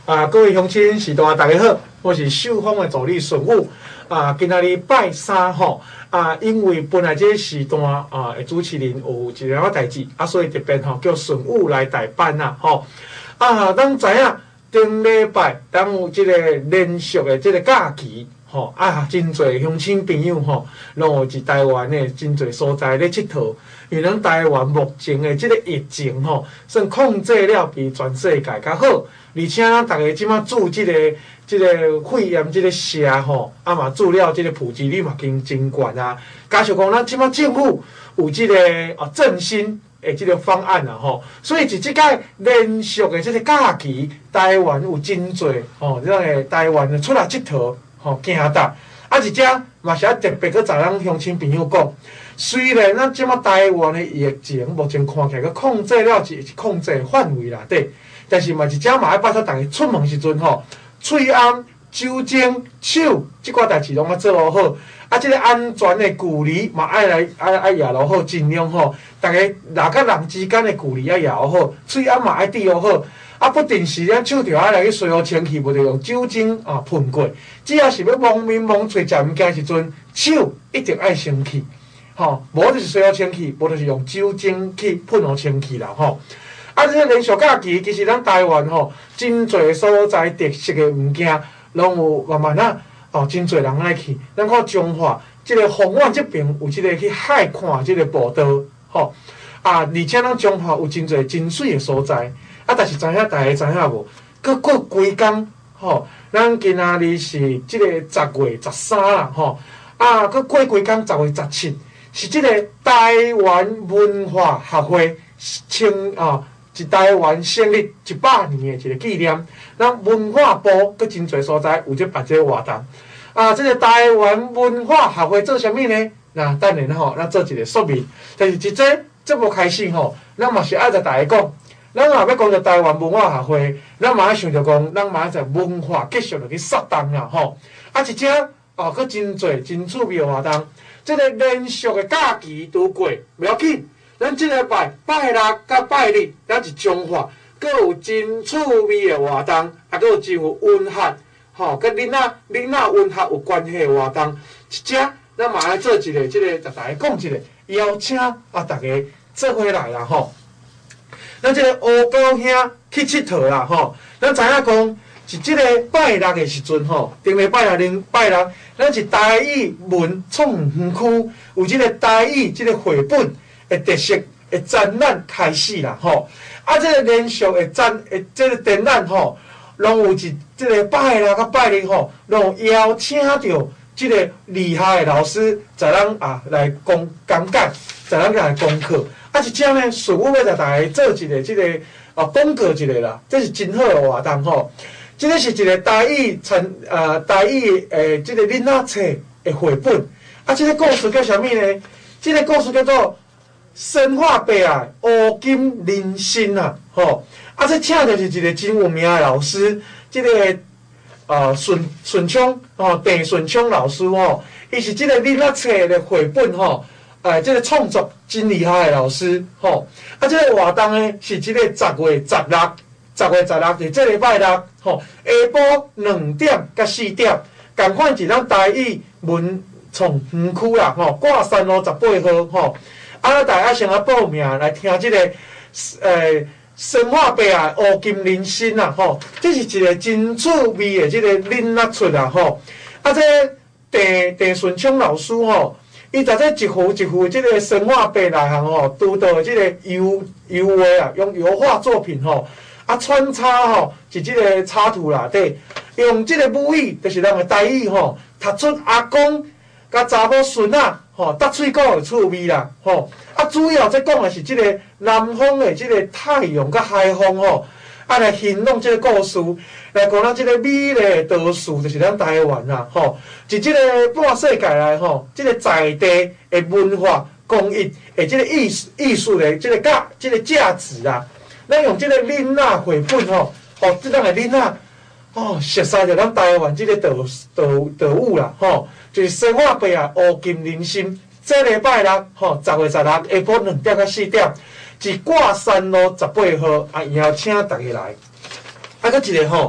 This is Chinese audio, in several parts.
各位乡亲、士大大家好，我是秀峰的助理顺武。今仔日拜三吼，因为本来这时段的主持人有一件代志，所以特别叫顺武来代班啦吼。咱知影顶礼拜咱有这个连续的这个假期吼，真侪乡亲朋友吼，拢有伫台湾的真侪所在咧佚佗。因为咱台湾目前的这个疫情吼，算控制了比全世界较好，而且咱大家即马做这个肺炎这个社吼，嘛做了这个普及率嘛经真悬啊。加上讲咱即马政府有这个振兴的这个方案啊吼，所以即届连续的这个假期，台湾有真侪吼，这个台湾的出来佚佗吼，行达。一只嘛是特别去甲咱乡亲朋友讲。虽然咱即马台湾的疫情目前看起来控制了是控制范围内底，但是嘛一只嘛要拜托大家出门时阵吼，喙安、酒精、手即寡代志拢要做落好。即个安全的距离嘛爱抓落好，尽量吼，大家人甲人之间的距离要抓好，喙安嘛爱滴落好。不定时咱手着爱来去洗好清气，无着用酒精喷过。只要是要蒙面蒙嘴食物件时阵，手一定爱清气。无就是洗好清气，无就是用酒精去喷好清气啦吼。这个连续假期，其实咱台湾吼，真侪所在特色的物件，拢有慢慢真侪人爱去。咱看中华这个凤湾这边有这个去海看这个步道吼，而且咱中华有真侪真水的所在。但是大家知影无？过几工吼，咱今仔日是这个10月13啦吼，过几工10月17。是这个台湾文化协会是台湾成立100年的一个纪念。咱文化部佮真侪所在有这办这个活动。这个台湾文化协会做啥物呢？等下吼，咱做一个说明。但是这目开始吼，咱嘛是爱甲大家讲，咱若要讲到台湾文化协会，咱嘛爱想着讲，咱嘛爱在文化继续落去撒动啦吼。一只佮真侪真趣味的活动。这个连续的假期都过，袂要紧。咱这个拜六甲拜日，咱是中华，佮有真趣味的活动，佮有真有文学，佮囡仔文学有关系的活动。一只，咱嘛来做一个，甲大家讲一个，邀请大家做伙来啦吼。咱这个乌高兄去佚佗啦吼，咱知影讲。是即个拜六的时阵吼，顶礼拜六、拜六，咱是台语文创园区有即个台语即个绘本的特色的展览开始啦吼。即个连续的即个展览吼，拢有即个拜六甲拜日吼，拢有邀请到即个厉害的老师，在咱来讲解，在咱来讲课。一只呢，顺武要甲大家做一个即个广告一个啦，这是真好的活动吼。这个是一个台语这个囡仔册的绘本。这个故事叫啥物呢？这个故事叫做《生化白啊乌金人参》啊，吼。这请的是一个真有名的老师，这个顺昌郑顺昌老师吼，伊是这个囡仔册的绘本吼，这个创作真厉害的老师吼。这个活动呢是这个10月16。10月16日，这礼拜六，下晡2点甲4点，同款是咱台语文创园区啦，挂山路18号，大家先来报名来听这个生化白啊乌金人参啦，这是一个真趣味的这个囡仔出啦，这郑顺昌老师伊在这一幅一幅这个生化白内行拄到这个油画用油画作品穿插是即个插图啦，用即个母语，就是咱的台语读出阿公甲查某孙仔搭喙鼓的趣味啦，主要在讲的是即个南方的即个太阳甲海风来形容即个故事，来讲咱即个美丽的都市，就是咱台湾啦，是即个半世界来即个在地的文化工艺的即个艺术的即个价值啦。咱用这个囡仔绘本即咱的囡仔熟悉着咱台湾这个道物啦就是生化白啊乌金人参。这礼拜六10月16下晡2点到4点，是挂山路18号邀请大家来。搁一个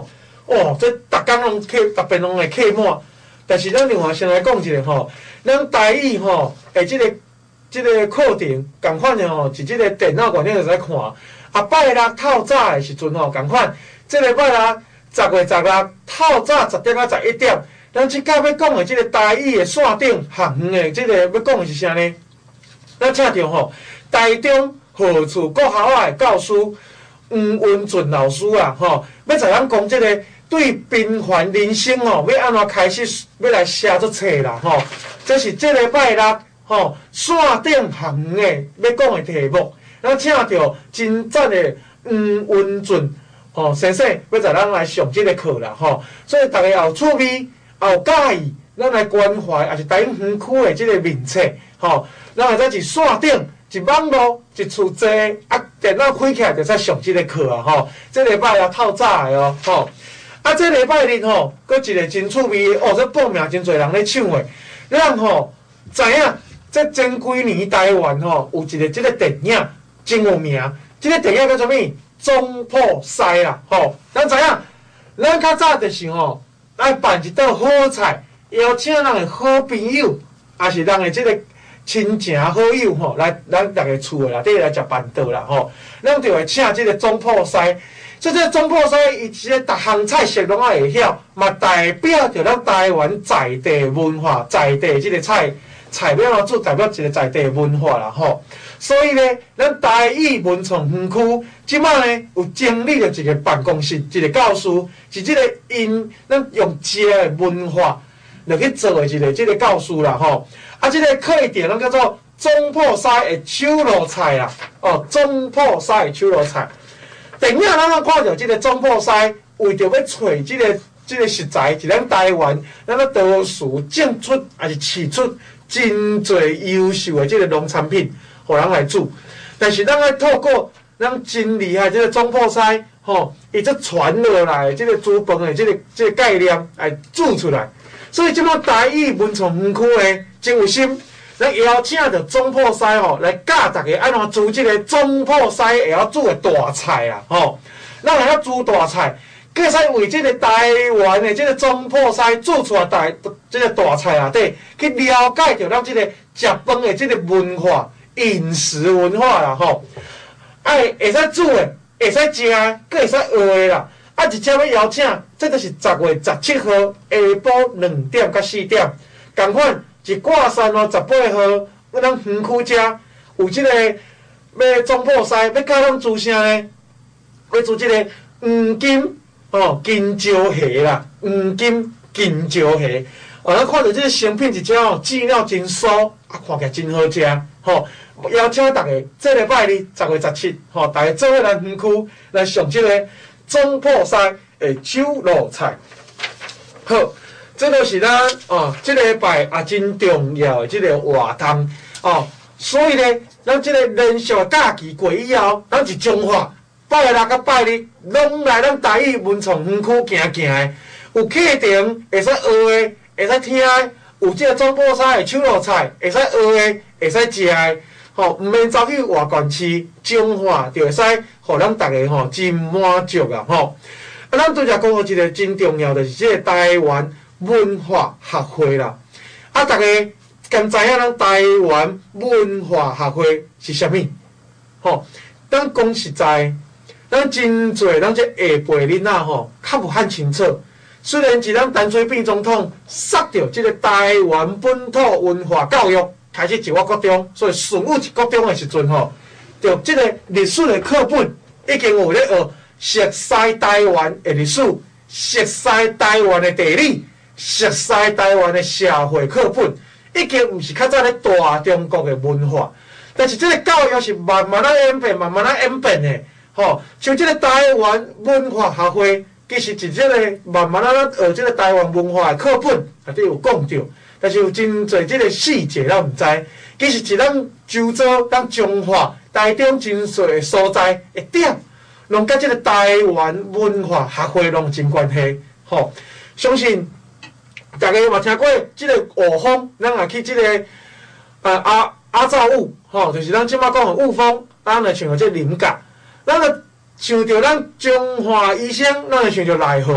哦，这逐工拢逐遍拢会客满。但是咱另外先来讲一下吼，咱台语吼，即个课程共款的吼，是即个电脑观念就使看。啊，拜六透早的时阵吼，共款，即个拜六10月16透早10点到11点，咱即甲要讲的即个台语的线顶学园的即个要讲的是啥呢？咱请着吼，台中何处国校的教师黄文俊老师啊，吼，要在咱讲即个对平凡人生吼，要安怎开始要来写作册啦，吼，这是即个拜六吼线顶学园的要讲的题目。咱请到真赞的黄文俊吼先生，要在咱来上即个课啦吼，所以大家也有趣味，也有介意，咱来关怀也是台中园区的即个名册吼，咱或者是线顶、一网络、一厝坐，啊电脑开起来就使上即个课啊吼，这礼拜要透早的哦吼，啊这礼拜日吼，搁一个真趣味哦，这报名真侪人咧抢的，咱吼知影这前几年台湾吼有一个即个电影。真有名，即个电影叫做咩？中破西啦，吼！咱知影，咱较早就是吼，爱办一道好菜，邀请咱的好朋友，也是咱的即个亲情好友吼，来咱逐个厝的内底来食饭桌啦，吼！咱就会请即个中破西，所以这中破西伊是个逐项菜色拢会晓，嘛代表着咱台湾在地文化，在地即个菜要安怎做，代表一个在地文化啦，吼！所以呢，咱台语文创园区即摆呢有成立了一个办公室，一个教师是即个咱用食的文化来去做的即个教师啦吼。啊，即个课程拢叫做中破西的手路菜啦，哦，中破西的手路菜。电影咱看到即个中破西，为着要找即个食材，是咱台湾咱多数种出还是饲出真侪优秀的即个农产品。互人来煮，但是咱爱透过咱真厉害即个中破西吼，伊则传落来即个煮饭的即个概念来煮出来。所以即摆台语文创园区的真有心，咱邀请着中破西吼来教大家安怎煮即个中破西会晓煮的大菜啊吼。咱会晓煮大菜，计使为即个台湾的即个中破西煮出来即个大菜内底去了解着咱即个食饭的即个文化。饮食文化啦吼，会使煮的，会使食的，阁会使学的啦。啊，而且要邀请，这就是10月17号下晡2点到4点，同款是挂山哦18号，咱园区遮有即个要中破西，要教咱煮啥呢？要煮即个黄金哦金蕉虾啦，黄金金蕉虾。哦，咱看到即个成品一只哦，质料真酥，啊，看起来真好食吼。邀请大家，这礼拜日10月17，吼，大家做伙来园区来上这个中破西的手路菜。好，这都是咱这礼拜也真重要的这个活动哦。所以呢，咱这个连续假期过以后，咱是中华拜六甲拜日拢来咱台语文创园区行行的，有课程会使学的，会使听的，有这个中破西的手路菜会使学的，会使食的。吼，毋免走去外县市，中华就会使，互咱大家吼真满足啊！吼，啊，咱拄则讲到一个真重要的是即个台湾文化学会啦。啊，大家敢知影咱台湾文化学会是啥物？吼，咱讲实在，咱真侪咱这下辈囡仔吼，较无汉清楚。虽然是咱陈水扁总统杀掉即个台湾本土文化教育。开始就我国中，所以顺武一国中的时阵吼，就即个历史的课本已经有咧学，熟悉台湾的历史，熟悉台湾的地理，熟悉台湾的社会课本，已经毋是较早咧大中国的文化。但是即个教育是慢慢演变，慢慢演变的，吼。像即个台湾文化学会，其实是即个慢慢学即个台湾文化的课本内底有讲到。但是有真侪即个细节咱毋知，其实是咱周遭咱中华台中真侪的所在一点，拢甲即个台湾文化学会拢真关系。吼，相信大家嘛听过即个雾峰，咱也去即个阿罩雾，吼，就是咱即摆讲的雾峰，咱来想到即个林甲，咱来想到咱中华医生，咱来想到内河。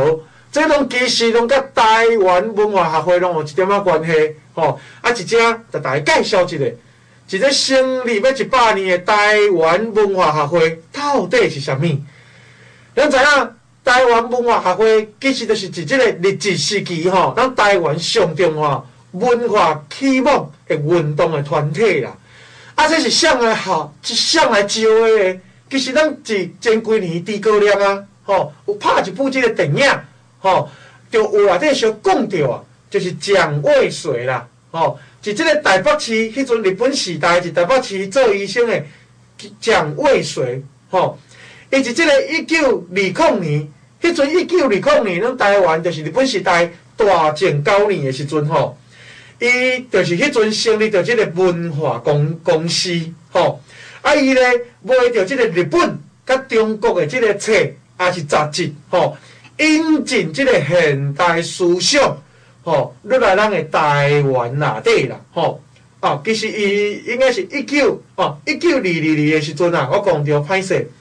这拢其实拢甲台湾文化学会拢有一点仔关系，吼。啊，一只就大家介绍一下，一个成立要100年的台湾文化学会到底是啥物？咱知影台湾文化学会其实就是一个日治时期吼，咱台湾上中华文化启蒙的运动的团体啦。啊，这是向来好，向来招的。其实咱是前几年诸葛亮啊，吼，有拍一部这个电影。吼，就有内底小讲到啊，就是蒋渭水啦，吼，是即个台北市迄阵日本时代是台北市做医生的蒋渭水，吼，伊是即个1920年，迄阵1920年，咱台湾就是日本时代大正9年的时阵，吼，伊就是迄阵成立着即个文化公司，吼，啊，伊咧卖着即个日本甲中国的即个册，也是杂志，吼。引进即个现代思想，吼，落来咱的台湾内底啦，吼，啊，其实伊应该是1922年的时阵啊，我讲着歹势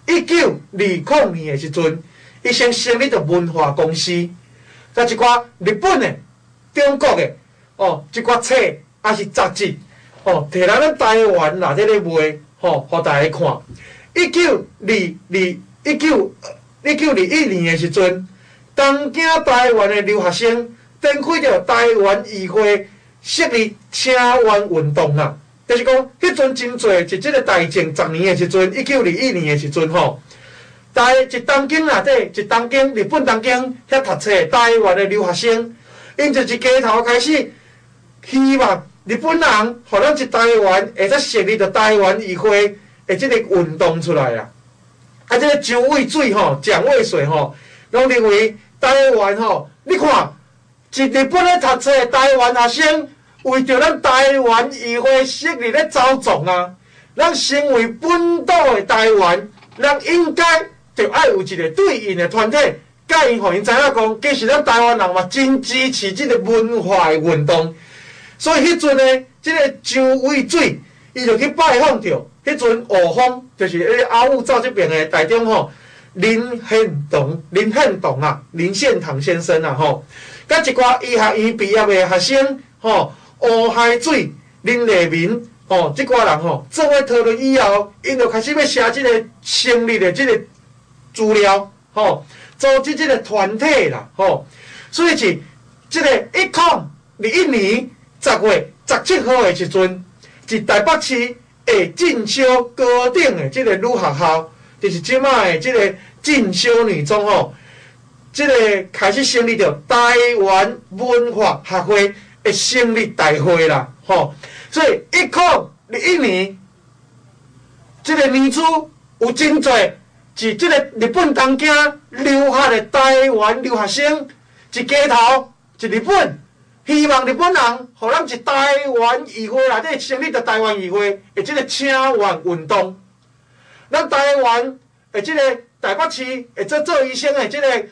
，1920年的时阵，伊先成立着文化公司，甲一寡日本的、中国的，哦，一寡册也是杂志，哦，摕来咱台湾内底咧卖，吼，互大家看。1921年的时阵，东京台湾的留学生展开着台湾议会设立请愿运动啊，就是讲，迄阵真侪，是即个大正10年的时阵，1921年的时阵吼，一东京内底，日本东京遐读册台湾的留学生，因就是街头开始希望日本人，互咱台湾会使设立着台湾议会的即个运动出来啊。啊，这个蒋渭水吼，蒋渭水吼，拢认为台湾吼，你看，一日本咧读册的台湾学生，为着咱台湾议会设立咧走动啊，咱身为本土的台湾，咱应该就爱有一个对应的团体，甲因互因知影讲，其实咱台湾人嘛真支持即个文化的运动，所以迄阵呢，即个蒋渭水，伊就去拜访着。迄阵吴峰就是咧阿武照这边的台中吼，林献堂先生啊吼，甲一寡医学院毕业的学生吼，吴海水、林立民吼，即寡人吼，做伙讨论以后，因就开始要写即个成立的即个资料吼，组织即个团体啦吼，所以是即个1921年10月17号的时阵，是台北市。进修高等的即个女学校，就是即卖的即个进修女中吼，即个开始成立着台湾文化学会的成立大会啦，吼。所以1921年，即个年初有真侪是即个日本东京留学的台湾留学生，一街头一日本。希望日本人，互咱一台湾议会内底成立着台湾议会的即个请愿运动。咱台湾的即个台北市会做医生的即个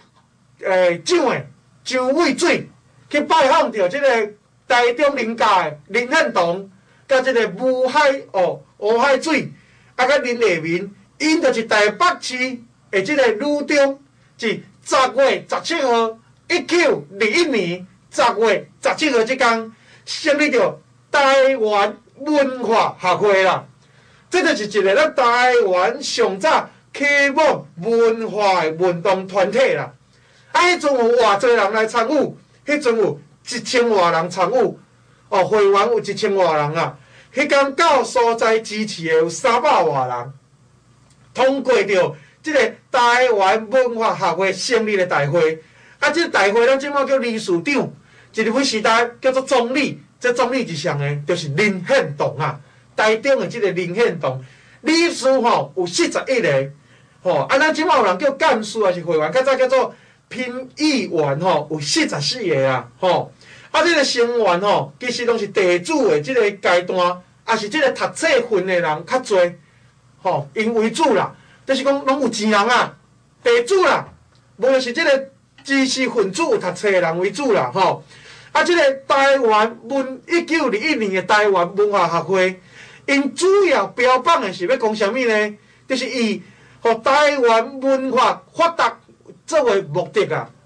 蒋渭水去拜访着即个台中林家的林献堂，甲即个吴海水，啊甲林立民，因就是台北市的即个女中，是10月17号，1921年。10月17号这天，成立着台湾文化学会啦。这就是一个咱台湾上早启蒙文化的运动团体啦。啊，迄阵有偌侪人来参与，迄阵有1000多人参与，哦，会员有1000多人啊。迄天到所在支持的有300多人，通过着这个台湾文化学会成立的大会。啊，这个大会咱即马叫理事长。一日本时代叫做总理，这总理之上的就是林献堂啊，台中的这个林献堂，理事吼有41个，吼，啊，咱即马有人叫干事还是会员，较早叫做评议员吼，有44个啊，吼，啊，这个成员吼，其实拢是地主的这个阶段，也是这个读册份的人较侪，吼，因为主啦，就是讲拢有钱人啊，地主啦，无就是这个知识分子有读册的人为主啦，吼。啊，这个台湾1921年的台湾文化学会，因主要标榜的是要讲什么呢？就是以互台湾文化发达作为目的啊，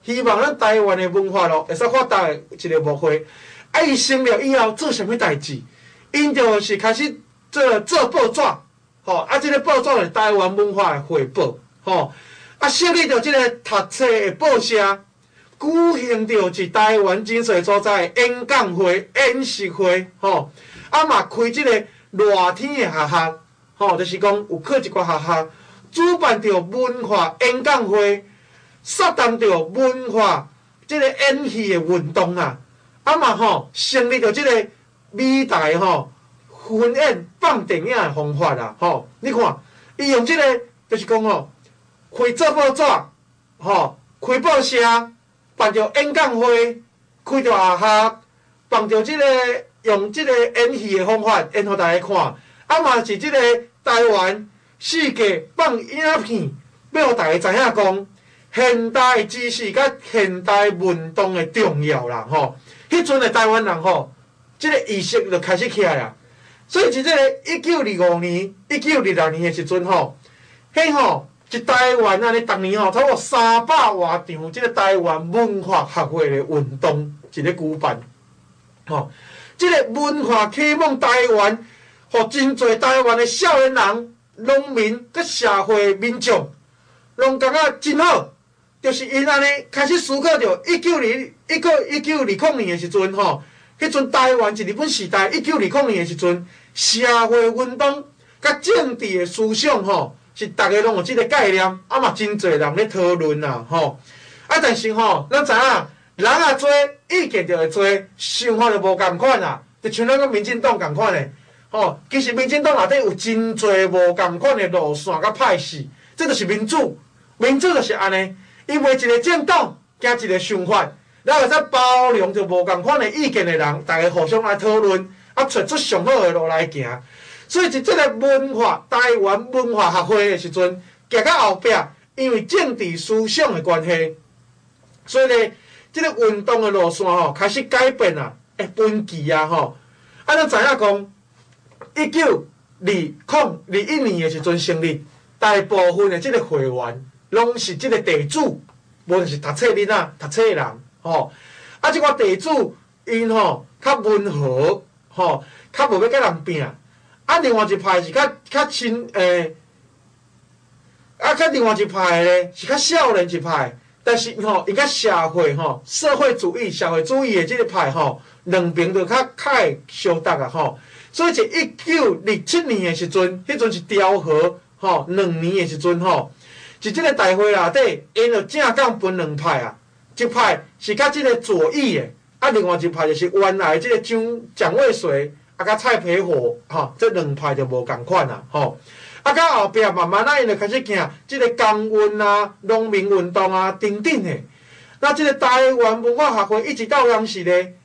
希望咱台湾的文化咯会使发达的一个舞会。啊，伊成了以后做啥物代志？因就是开始做报纸，吼，啊，这个报纸是台湾文化的汇报，吼，啊，设立着这个读册的报社，举行着一台湾真侪所在的演讲会、演习会，吼，啊嘛开这个热天的学校，吼，就是讲有开一寡学校，主办着文化演讲会，策动着文化这个演戏的运动啊，啊嘛吼，成立着这个美台吼。巡演放电影的方法啦，吼！你看，伊用即个就是讲吼，开做报纸，吼，开报社，办着演讲会，开着学校，办着即个用即个演戏的方法演互大家看，啊嘛是即个台湾世界放影片，要互大家知影讲现代知识甲现代运动的重要啦，吼！迄阵的台湾人吼，即个意识就开始起来啊。所以是这个1925年、1926年的时阵吼，迄吼一台湾安尼，逐年吼差不多300多场这个台湾文化学会的运动一个举办，吼，这个文化启蒙台湾，互真侪台湾的少年人、农民、甲社会民众，拢感觉真好，就是因安尼开始思考着1920年的时阵吼。迄阵台湾是日本时代，1920年的时阵，社会运动甲政治的思想吼，是大家拢有即个概念，啊嘛真侪人咧讨论啦，吼。啊，但是吼，咱知影人也多，意见就会多，想法就无共款啦，就像咱个民进党共款的，吼。其实民进党内底有真侪无共款的路线甲派系，这就是民主，民主就是安尼，因为一个政党加一个想法。咱会使包容着无共款的意见的人，大家互相来讨论，啊，找出上好的路来行。所以是这个文化台湾文化学会的时阵，行到后壁，因为政治思想的关系，所以呢，这个运动的路线吼开始改变啊，分歧啊吼。啊，咱知影讲，192021年的时阵成立，大部分的这个会员拢是这个地主，无就是读册囡仔、读册的人。吼，啊，即个地主因吼较温和，吼，较无要甲人拼。啊，另外一派是较亲较另外一派咧是较少年一派，但是吼伊较社会吼社会主义的即个派吼，两边就较会相搭啊吼。所以是1927年的时阵，迄阵是调和吼2年的时阵吼，是即个大会内底因就正港分两派啊。一派是较即个左翼的，啊，另外一派就是原来即个蒋渭水啊，甲蔡培火，吼，这两派就无共款啦，吼。啊，到后壁慢慢因就开始行即个工运啊、农民运动啊等等的。那即个台湾文化学会一直到当时咧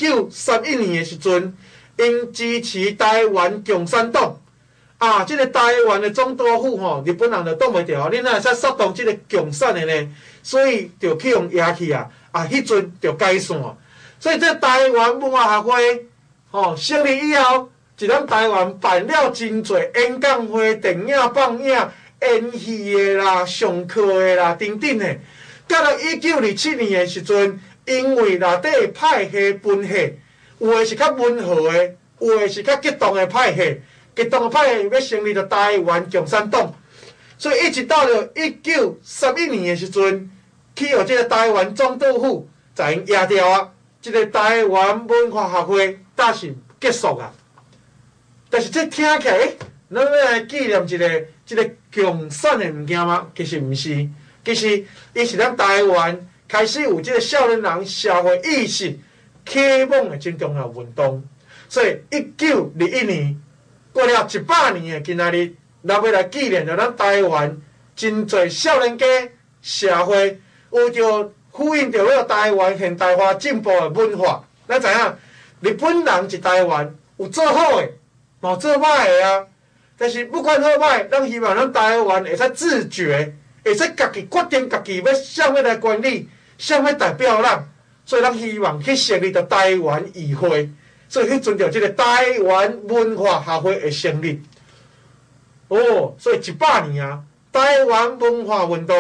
，1931年的时阵，因支持台湾共产党。啊，即个台湾的总督府吼，日本人就挡袂牢，你哪会使煽动即个共产的呢？所以就去用压去啊！啊，迄阵就解散。所以这台湾文化学会吼成立以后，就咱台湾办了真侪演讲会、电影放映、演戏的啦、上课的啦等等的。到了1927年的时阵，因为内底派系分系，有的是较温和的，有的是较激动的派系。激动的派系要成立着台湾共产党，所以一直到了1931年的时阵，去互这个台湾总督府才用压掉啊，这个台湾文化学会暂时结束啊。但是这听起来，咱要来纪念一个共产的物件吗？其实毋是，其实伊是咱台湾开始有这个少年人社会意识启蒙的真重要运动。所以1921年。过了100年的今仔日，咱要来纪念着咱台湾真侪少年家社会，有着呼应着了台湾现代化进步的文化。咱知影，日本人伫台湾有做好诶，嘛有做歹诶啊。但是不管好歹，咱希望咱台湾会使自觉，会使家己决定家己要啥物来管理，啥物代表咱。所以咱希望去成立着台湾议会。所以迄阵就即个台湾文化学会的成立，所以100年啊，台湾文化运动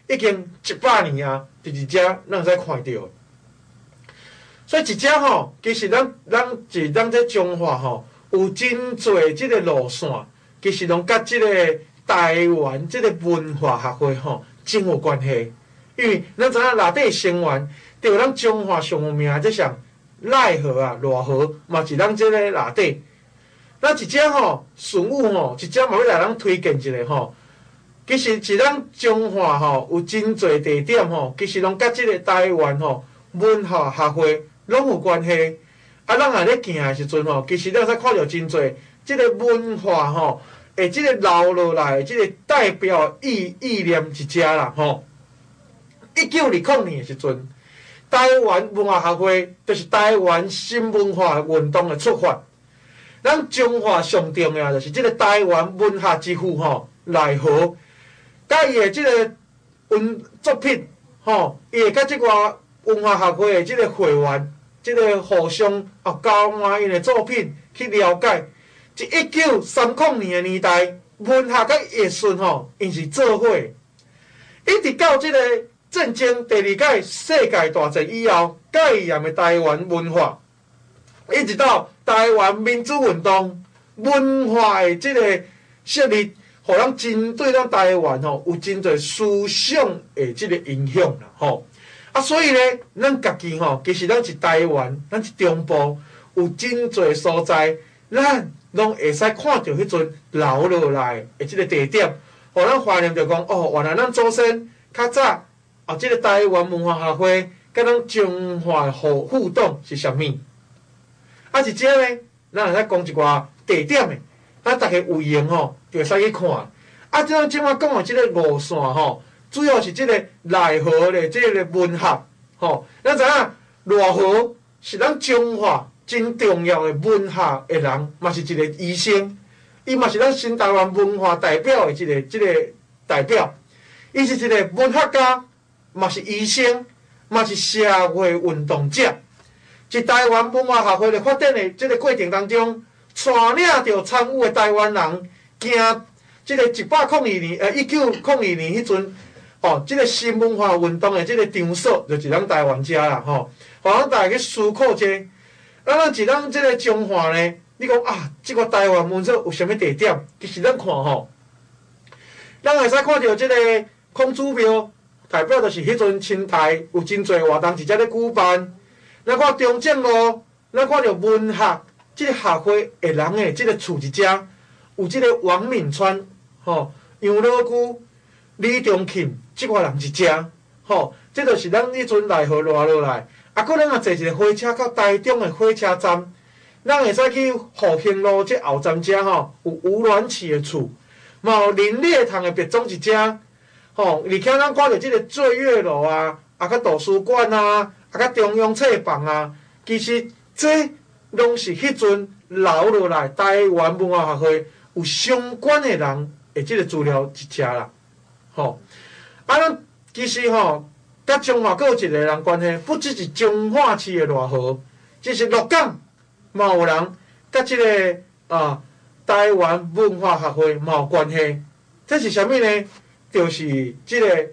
已经100年啊，伫一遮咱会使看到。所以一遮吼，其实咱这中华吼，有真侪即个路线，其实拢甲即个台湾即个文化学会吼真有关系。因为咱知影内底成员，就咱中华上有名，即像赖河啊、赖河，嘛是咱即个内底。咱一遮吼，顺武吼，一遮嘛要来咱推荐一下吼。其实是咱中华吼有真侪地点吼，其实拢甲即个台湾吼文化学会拢有关系。啊，咱若咧行诶时阵吼，其实咱会使看到真侪即个文化吼，诶，即个留落来即个代表意念一遮啦吼。1920年诶时阵，台湾文化学会就是台湾新文化运动诶出发。咱中华上重要就是即个台湾文学之父吼赖和，甲伊诶即个作品吼，伊会甲即个文化学会诶即个会员，即个互相交换因诶作品去了解。即1930年诶年代，文学甲艺术吼，因是做伙，一直到即个战争第2届世界大战以后，改严的台湾文化，一直到台湾民主运动，文化的即个设立，互咱针对咱台湾吼有真侪思想的即个影响啦吼。啊，所以咧，咱家己吼，其实咱是台湾，咱是中部，有真侪所在，咱拢会使看到迄阵留落来的即个地点，互咱怀念着讲哦，原来咱祖先较早。即个台湾文化学会甲咱中华互动是啥物？啊，是遮呢，咱会使讲一寡地点的，咱逐个有闲吼，就会使去看。啊，咱即摆讲的即个路线吼，主要是即个内河的即个文学吼。咱知影内河是咱中华真重要的文学的人，嘛是一个医生，伊嘛是咱新台湾文化代表的即个代表，伊是一个文学家。嘛是医生，嘛是社会运动者，在台湾文化学会的发展的这个过程当中，带领着参与的台湾人，行这个1902年迄阵，这个新文化运动的这个场所，就是咱台湾遮啦，互咱大家去思考者，咱是咱这个中华呢，你讲啊，这个台湾文化有啥物地点？其实咱看吼，咱会使看到这个孔子庙。代表就是迄阵清代有真侪活动，直接咧举办。咱看中正路，咱看到文学即个学会的人诶，即个厝一遮有即个王敏川、杨老姑、李中庆即个人一遮，即就是咱迄阵内河落来。啊，搁咱若坐一个火车到台中诶火车站，咱会使去复兴路即后站遮有吴銮起诶厝，嘛有林烈堂诶别庄一遮。而且咱看到即个醉月楼啊，甲图书馆啊，甲中央册房啊，其实这拢是迄阵留落来台湾文化学会有相关的人的即个资料一遮啦。咱其实甲中华阁有一个人关系，不只是彰化市的内河，即是鹿港嘛有人甲即个台湾文化学会嘛有关系。这是啥物呢？就是即个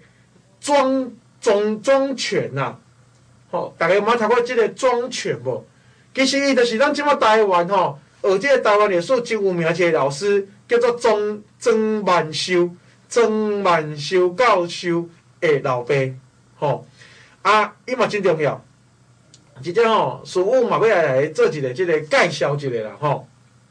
庄权呐，大家有冇听过即个庄权无？其实伊就是咱即摆台湾学即个台湾历史真有名一个老师，叫做曾万寿教授的老爸，伊嘛真重要。即只师傅嘛要来做一个即个介绍一下啦，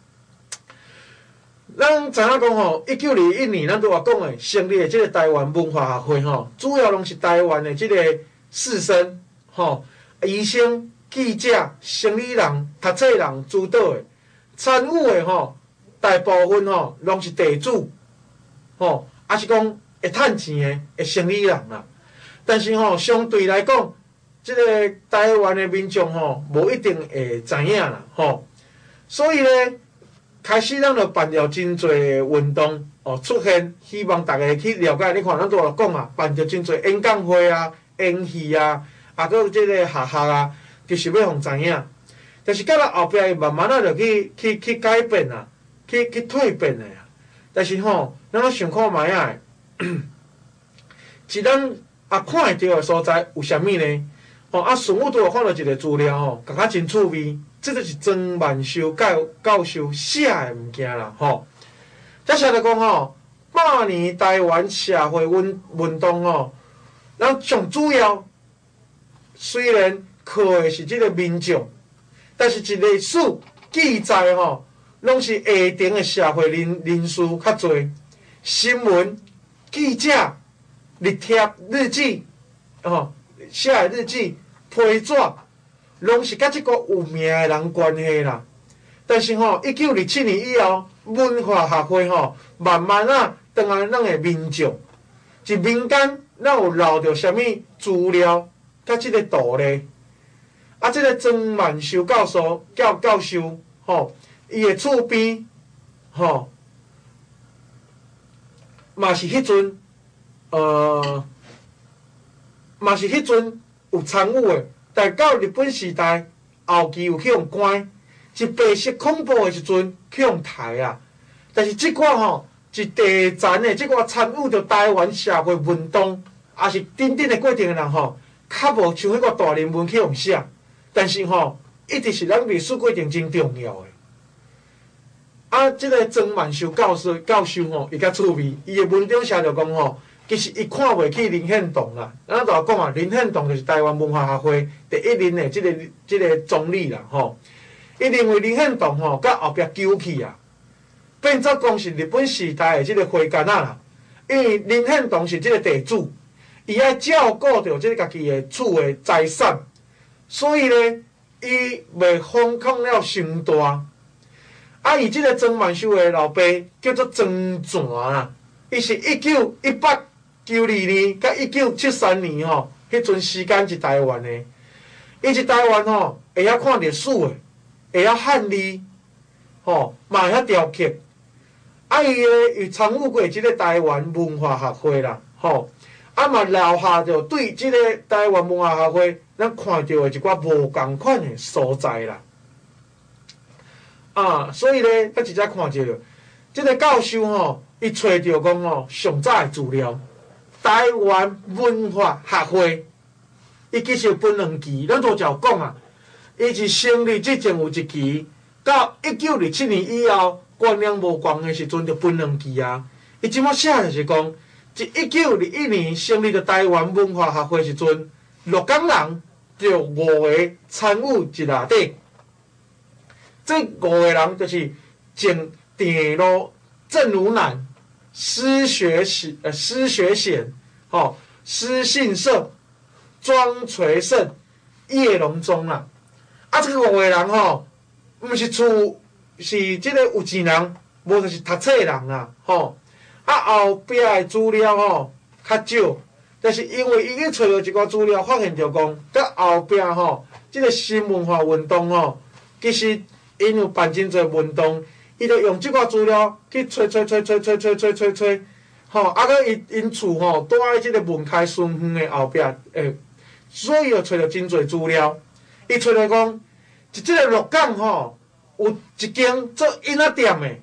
咱知影讲1921年咱拄话讲的成立的即个台湾文化学会主要拢是台湾的即个士绅医生、记者、生理人、读册人主导的，参与的大部分拢是地主还是讲会趁钱的会生理人啦。但是相对来讲，即个台湾的民众无一定会知影啦所以呢。开始，咱就办了真侪运动出现，希望大家去了解。你看，咱拄有讲办着真侪演讲会啊、演戏啊，搁有即个学啊，就是要互知影。但是到了后壁，伊慢慢就去改变啊，去蜕变的啊。但是咱想看卖啊， 是咱看会到的所在有啥物呢？顺武都有看到一个资料感觉真趣味。这就是曾万寿教授写的物件啦这写着讲百年台湾社会运动咱上主要虽然靠的是这个民众，但是一历史记载拢是下层的社会人士较侪，新闻记者、日贴、日记写的日记、批纸，拢是甲即个有名的人关系啦。但是1927年以后，文化协会慢慢转来咱的民众，是民间咱有留着啥物资料，甲即个道理。即个曾万寿教授伊的厝边嘛是迄阵有参与的，但到日本时代后期有去用关，是白色恐怖的时阵去用杀啊。但是即寡是第层的即寡参与着台湾社会运动，也是等等的过程的人较无像迄个大人物去用写，但是一直是咱历史过程真重要的。即个曾万寿教授伊较趣味，伊的文章写着讲其实伊看袂起林献堂啦。咱就讲林献堂就是台湾文化协会第一任的即个总理啦伊认为林献堂甲后壁救去啊，变作讲是日本时代的即个花干啦。因为林献堂是即个地主，伊爱照顾着即个家己的厝的财产，所以呢，伊袂反抗了伤大。伊即个曾万寿的老爸叫做曾全啊，伊是1892年甲1973年迄阵时间是台湾的。伊是台湾会晓看历史的，会晓汉字嘛会晓雕刻。伊参与过即个台湾文化协会啦嘛留下着对即个台湾文化协会咱看到的一寡无共款的所在啦。所以咧，咱直接看着即个教授伊找着讲上早的资料，台湾文化协会，伊其实分两期，咱都有讲伊是成立之前有一期，到1927年以后，官量无共的时阵就分两期啊。伊即摆写就是讲，自1921年成立的台湾文化协会时阵，6港人就5个参与一内底。这5个人就是郑典路、郑如南、施学贤、施信社、庄垂胜、叶龙忠啦。这个5个人毋是是即个有钱人，无就是读册的人啦后壁的资料较少，但是因为伊去找到一寡资料，发现着讲，到后壁即个新文化运动其实因有办真侪运动，伊就用即寡资料去找，佮因厝住喺即个文开顺园的后壁所以就找到真侪资料。伊找到讲，即个鹿港有一间做婴仔店的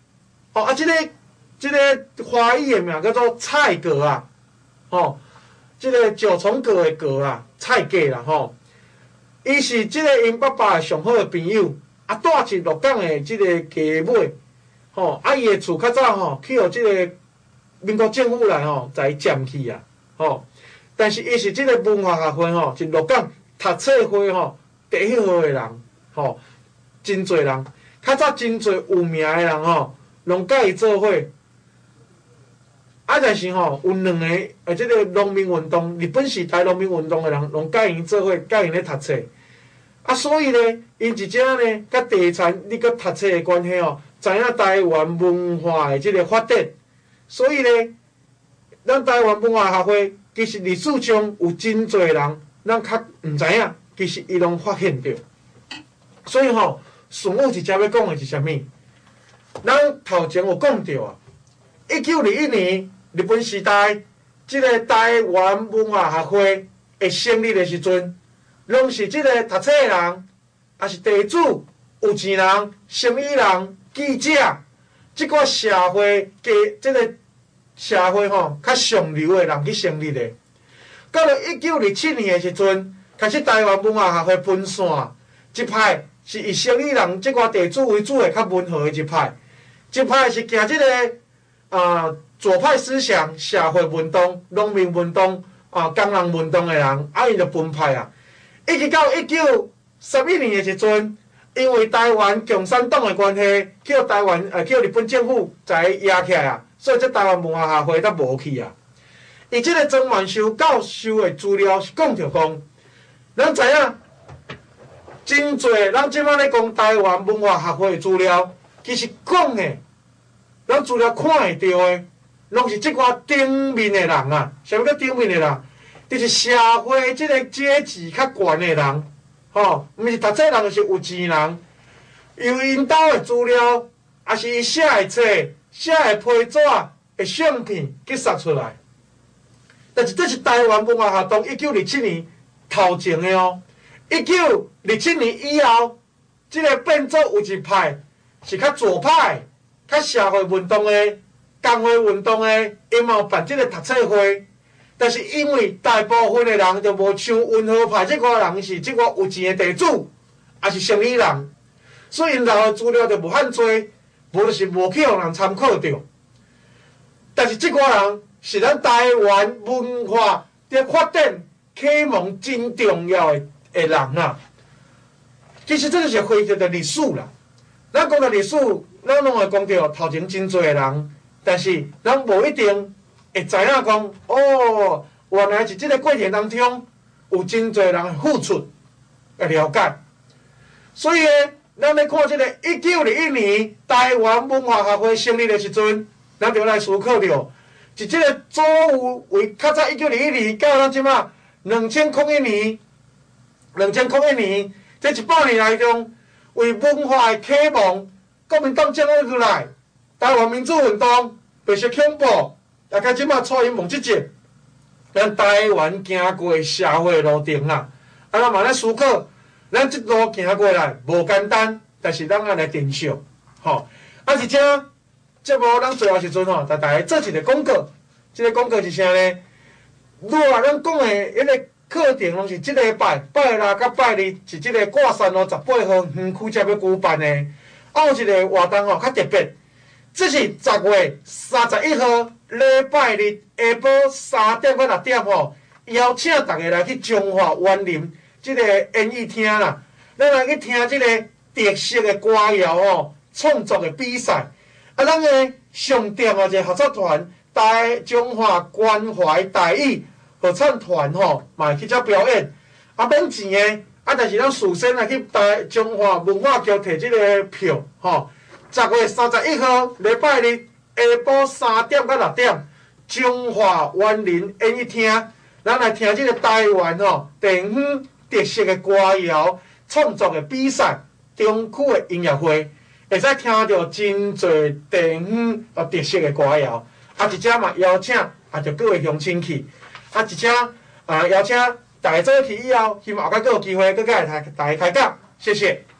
即个华语的名叫做菜阁啊即个九重阁的阁啊，菜阁啦伊是即个因爸爸上好的朋友。住伫鹿港的即个家尾伊的厝较早去互即个民国政府来才占去啊但是伊是即个文化协会是鹿港读册会第一号的人真侪人，较早真侪有名的人拢甲伊做伙但是有2个即个农民运动，日本时代农民运动的人拢甲因做伙，甲因咧读册。所以呢，因一只呢，甲地产你佮读册的关系知影台湾文化的即个发展。所以呢，咱台湾文化协会其实历史上有真侪人，咱较毋知影，其实伊拢发现着。所以顺武直接要讲的是啥物？咱头前有讲着1921年日本时代，即个台湾文化协会会成立的时阵。拢是即个读册的人，也是地主、有钱人、生意人、记者，即个社会即个社会吼较上流的人去成立的。到了1927年的时阵，开始台湾文化学会分线，一派是以生理人即个地主为主的较温和的一派，一派是行即个左派思想、社会运动、农民运动、工人运动的人，因就分派啊。一直到1931年的时阵，因为台湾共产党的关系，叫日本政府才压起来啊，所以这台湾文化协会才无去啊。伊即个曾万寿教授的资料是讲着讲，咱知影真侪咱即摆咧讲台湾文化协会的资料，其实讲的，咱资料看会到的，拢是即寡顶面的人啊。啥物叫顶面的人？就是社会即个阶级较悬的人，吼，毋是读册人，就是有钱人。由因兜的资料，也是伊写的册、写的批纸、的相片去杀出来。但是这是台湾文化学堂1927年头前的哦。1927年以后，即个变做有一派是较左派、较社会运动的、工会运动的，因嘛有办即个读册会。但是因为大部分的人就无像温和派即个人是即个有钱的地主，也是生理人，所以因留的资料就无遐多，无就是无去互人参考着。但是即个人是咱台湾文化的发展启蒙真重要的人啊。其实这就是回到的历史啦。咱讲到历史，咱拢会讲到头前真侪的人，但是咱无一定会知影讲，哦，原来是即个过程当中有真侪人付出来了解。所以呢，咱咧看即个1921年台湾文化协会成立的时阵，咱就来思考着，是即个祖父为较早1921年到咱即马2001年，这100年来中，为文化的启蒙，国民党政府出来，台湾民主运动、白色恐怖。大家即马蔡英文即届，咱台湾行过社会路程啦，咱嘛咧思考，咱即路行过来无简单，但是咱爱来珍惜，吼。而且节目咱最后时阵吼，甲大家做一个广告，即个广告是啥呢？如果咱讲的迄个课程，拢是即礼拜拜六甲拜日是即个挂山路18号园区才要举办的，有一个活动吼较特别，这是10月31号。礼拜日下晡3点到6点吼，邀请大家来去中华园林即个演艺厅啦，咱来去听即个特色的歌谣吼，创作的比赛。咱的上点一个合作团，中华关怀台语合唱团吼，嘛会去遮表演。免钱的，但是咱事先来去中华文化局摕即个票吼。10月31号礼拜日。下晡3点到6点，中华园林演艺厅，咱来听这个台湾地方特色的歌谣创作的比赛，中区的音乐会，会使听到真侪地方特色的歌谣。而且嘛邀请就各位乡亲去，而且邀请大家做去以后，希望后摆佫有机会佫来大家开讲，谢谢。